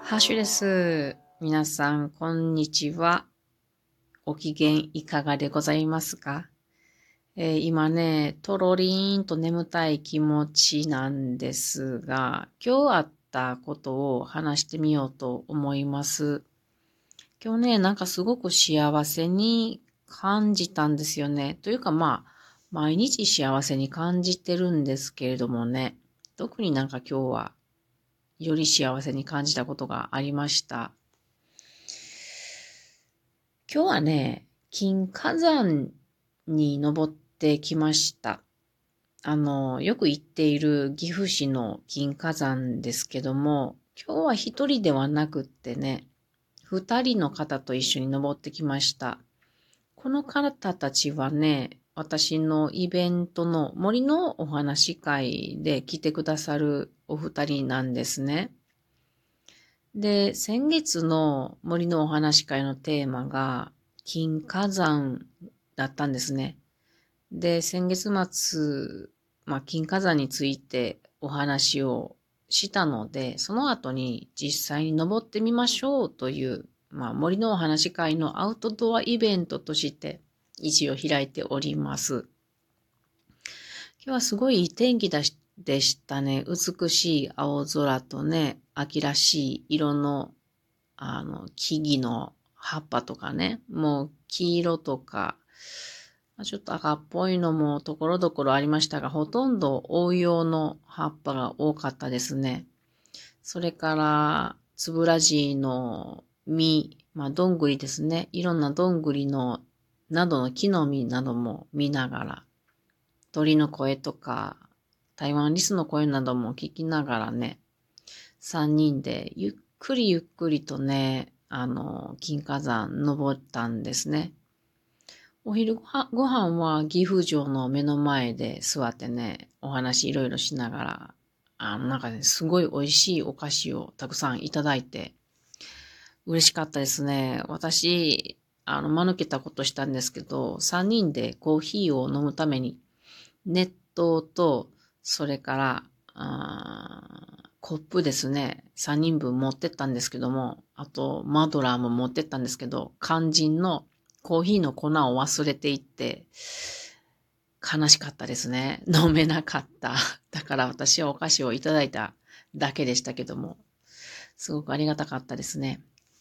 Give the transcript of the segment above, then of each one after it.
ハッシュです。皆さん、こんにちは。ご機嫌いかがでございますか？今ね、とろりーんと眠たい気持ちなんですが、今日あったことを話してみようと思います。今日ね、なんかすごく幸せに感じたんですよね。というか毎日幸せに感じてるんですけれどもね、特になんか今日はより幸せに感じたことがありました。今日はね、金華山に登ってきました。よく行っている岐阜市の金華山ですけども、今日は一人ではなくってね、二人の方と一緒に登ってきました。この方たちはね、私のイベントの森のお話会で来てくださるお二人なんですね。で、先月の森のお話会のテーマが金華山だったんですね。で、先月末、金華山についてお話をしたので、その後に実際に登ってみましょうという、森のお話会のアウトドアイベントとして一応開いております。今日はすごいいい天気でしたね。美しい青空とね、秋らしい色の木々の葉っぱとかね、もう黄色とか、ちょっと赤っぽいのもところどころありましたが、ほとんど黄葉の葉っぱが多かったですね。それから、つぶらじの実、どんぐりですね。いろんなどんぐりの、などの木の実なども見ながら、鳥の声とか、台湾リスの声なども聞きながらね、三人でゆっくりゆっくりとね、金華山登ったんですね。お昼ご飯は岐阜城の目の前で座ってね、お話いろいろしながら、なんかね、すごい美味しいお菓子をたくさんいただいて、嬉しかったですね。私、間抜けたことしたんですけど、三人でコーヒーを飲むために、熱湯と、それから、コップですね。三人分持ってったんですけども、あと、マドラーも持ってったんですけど、肝心のコーヒーの粉を忘れていって、悲しかったですね。飲めなかった。だから私はお菓子をいただいただけでしたけども、すごくありがたかったですね。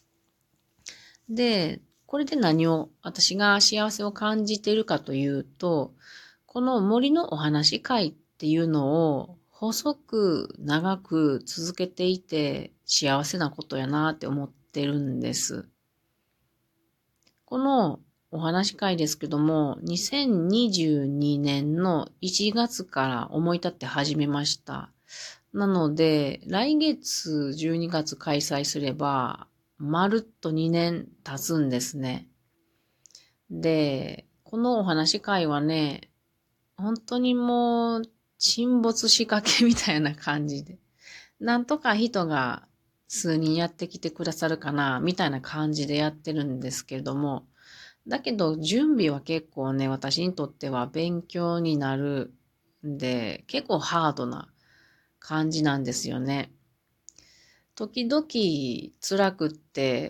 で、これで何を私が幸せを感じているかというと、この森のお話会っていうのを細く長く続けていて幸せなことやなって思ってるんです。このお話会ですけども、2022年の1月から思い立って始めました。なので、来月12月開催すれば、まるっと2年経つんですね。で、このお話会はね、本当にもう沈没しかけみたいな感じで、なんとか人が数人やってきてくださるかな、みたいな感じでやってるんですけれども、だけど準備は結構ね、私にとっては勉強になるんで、結構ハードな感じなんですよね。時々辛くって、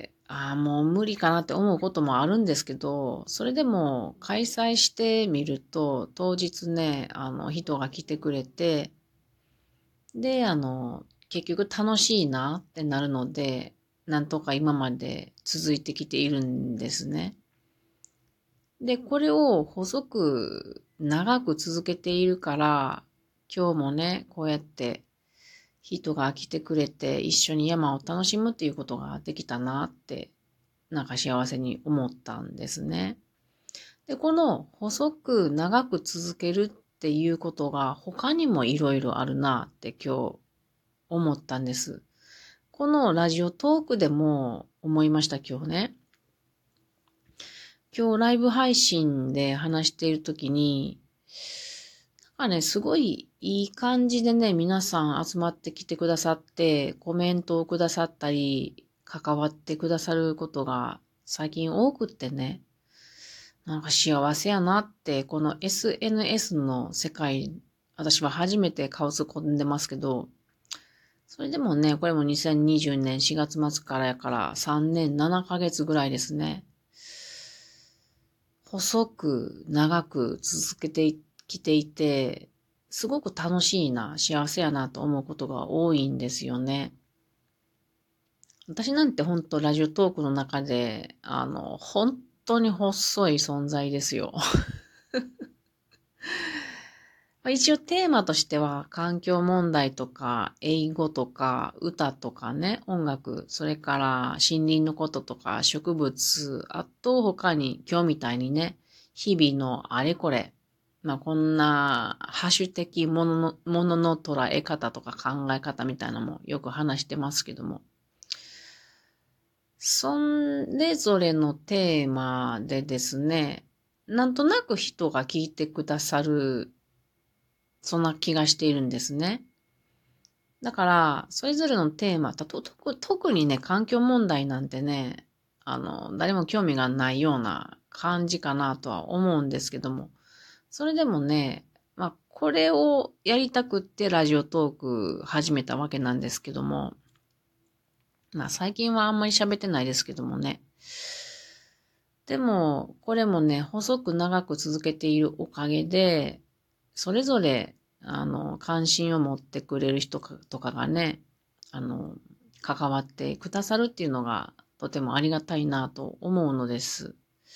もう無理かなって思うこともあるんですけど、それでも開催してみると、当日ね、人が来てくれて、で、結局楽しいなってなるので、なんとか今まで続いてきているんですね。で、これを細く長く続けているから、今日もね、こうやって人が来てくれて一緒に山を楽しむっていうことができたなって、なんか幸せに思ったんですね。で、この細く長く続けるっていうことが他にもいろいろあるなって今日思ったんです。このラジオトークでも思いました今日ね。今日ライブ配信で話しているときに、なんかね、すごいいい感じでね、皆さん集まってきてくださって、コメントをくださったり、関わってくださることが最近多くってね、なんか幸せやなって、この SNS の世界、私は初めて顔突っ込んでますけど、 それでもね、これも2020年4月末からやから3年7ヶ月ぐらいですね。細く長く続けてきていて、すごく楽しいな、幸せやなと思うことが多いんですよね。私なんて本当ラジオトークの中で、本当に細い存在ですよ。一応テーマとしては環境問題とか英語とか歌とかね、音楽、それから森林のこととか植物、あと他に今日みたいにね、日々のあれこれ、こんなハッシュ的ものの捉え方とか考え方みたいなのもよく話してますけども、それぞれのテーマでですね、なんとなく人が聞いてくださる、そんな気がしているんですね。だから、それぞれのテーマ、特にね、環境問題なんてね、誰も興味がないような感じかなとは思うんですけども、それでもね、これをやりたくってラジオトーク始めたわけなんですけども、最近はあんまり喋ってないですけどもね。でも、これもね、細く長く続けているおかげで、それぞれ、関心を持ってくれる人とかがね、関わってくださるっていうのが、とてもありがたいなと思うのです。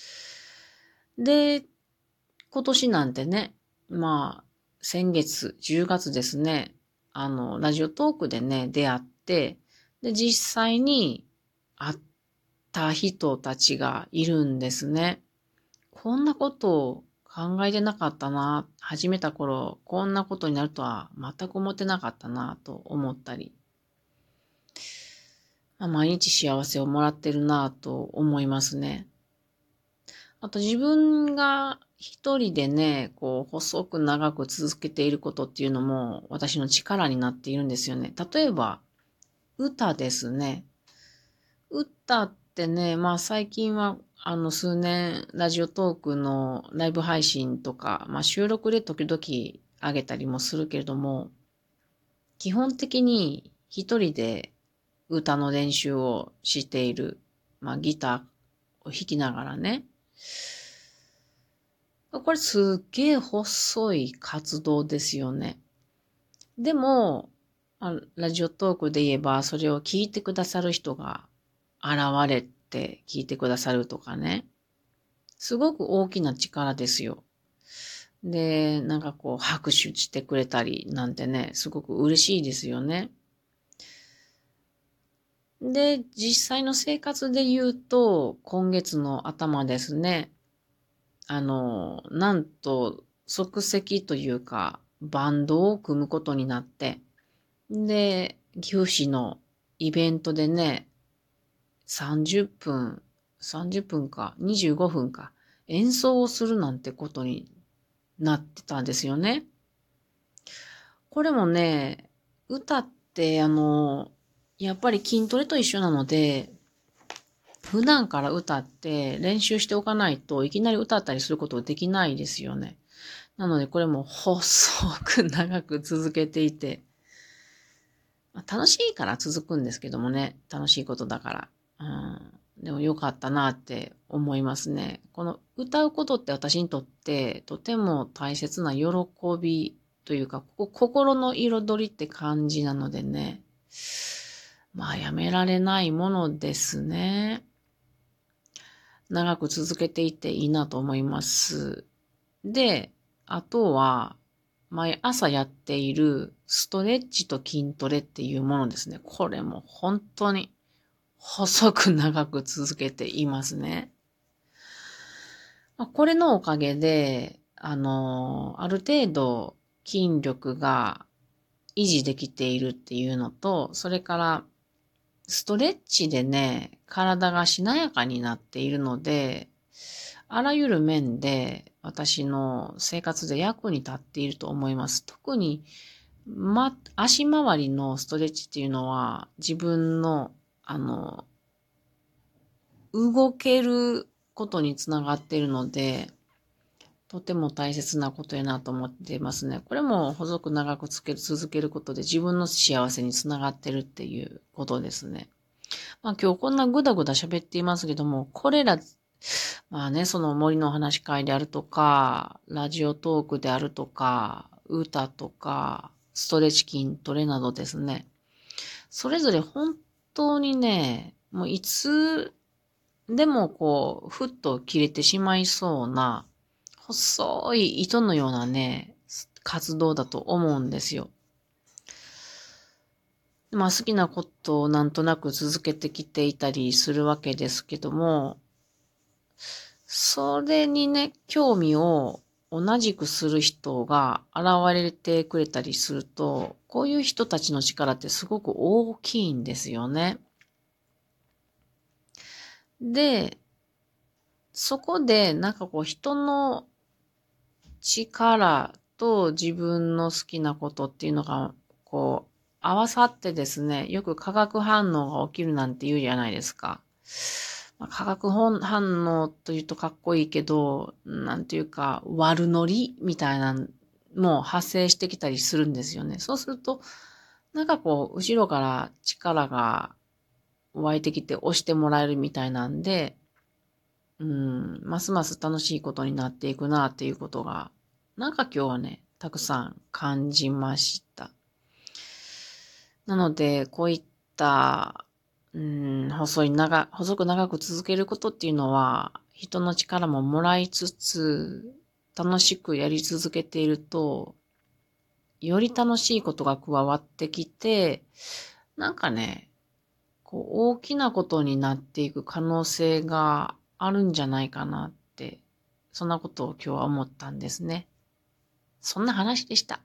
で、今年なんてね、先月、10月ですね、ラジオトークでね、出会って、で、実際に会った人たちがいるんですね。こんなことを考えてなかったな。始めた頃、こんなことになるとは全く思ってなかったなと思ったり。毎日幸せをもらってるなと思いますね。あと自分が一人でね、細く長く続けていることっていうのも私の力になっているんですよね。例えば、歌ですね。歌ってね、最近は数年ラジオトークのライブ配信とか、収録で時々上げたりもするけれども、基本的に一人で歌の練習をしている、ギターを弾きながらね。これすっげえ細い活動ですよね。でも、ラジオトークで言えば、それを聞いてくださる人が現れて聞いてくださるとかね。すごく大きな力ですよ。で、拍手してくれたりなんてね、すごく嬉しいですよね。で、実際の生活で言うと、今月の頭ですね、なんと即席というか、バンドを組むことになって、で、岐阜市のイベントでね、30分、30分か、25分か、演奏をするなんてことになってたんですよね。これもね、歌ってやっぱり筋トレと一緒なので、普段から歌って練習しておかないといきなり歌ったりすることできないですよね。なのでこれも細く長く続けていて、楽しいから続くんですけどもね、楽しいことだから。でも良かったなって思いますね。この歌うことって私にとってとても大切な喜びというか、心の彩りって感じなのでね。やめられないものですね。長く続けていっていいなと思います。で、あとは、毎朝やっているストレッチと筋トレっていうものですね。これも本当に細く長く続けていますね。これのおかげで、ある程度筋力が維持できているっていうのと、それからストレッチでね、体がしなやかになっているので、あらゆる面で私の生活で役に立っていると思います。特に、足回りのストレッチっていうのは自分の、動けることにつながっているので、 とても大切なことやなと思っていますね。これも細く長く続けることで自分の幸せにつながってるっていうことですね。まあ今日こんなぐだぐだ喋っていますけども、これら、まあね、その森の話し会であるとか、ラジオトークであるとか、歌とか、ストレッチ筋トレなどですね。それぞれ本当にね、もういつでもふっと切れてしまいそうな、細い糸のようなね、活動だと思うんですよ。まあ好きなことをなんとなく続けてきていたりするわけですけども、それにね、興味を同じくする人が現れてくれたりすると、こういう人たちの力ってすごく大きいんですよね。で、そこで人の力と自分の好きなことっていうのが、合わさってですね、よく化学反応が起きるなんて言うじゃないですか。まあ、化学反応というとかっこいいけど、なんていうか、悪ノリみたいなのも発生してきたりするんですよね。そうすると、後ろから力が湧いてきて押してもらえるみたいなんで、ますます楽しいことになっていくなっていうことが、今日はね、たくさん感じました。なので、こういった、細く長く続けることっていうのは、人の力ももらいつつ、楽しくやり続けていると、より楽しいことが加わってきて、大きなことになっていく可能性があるんじゃないかなって、そんなことを今日は思ったんですね。そんな話でした。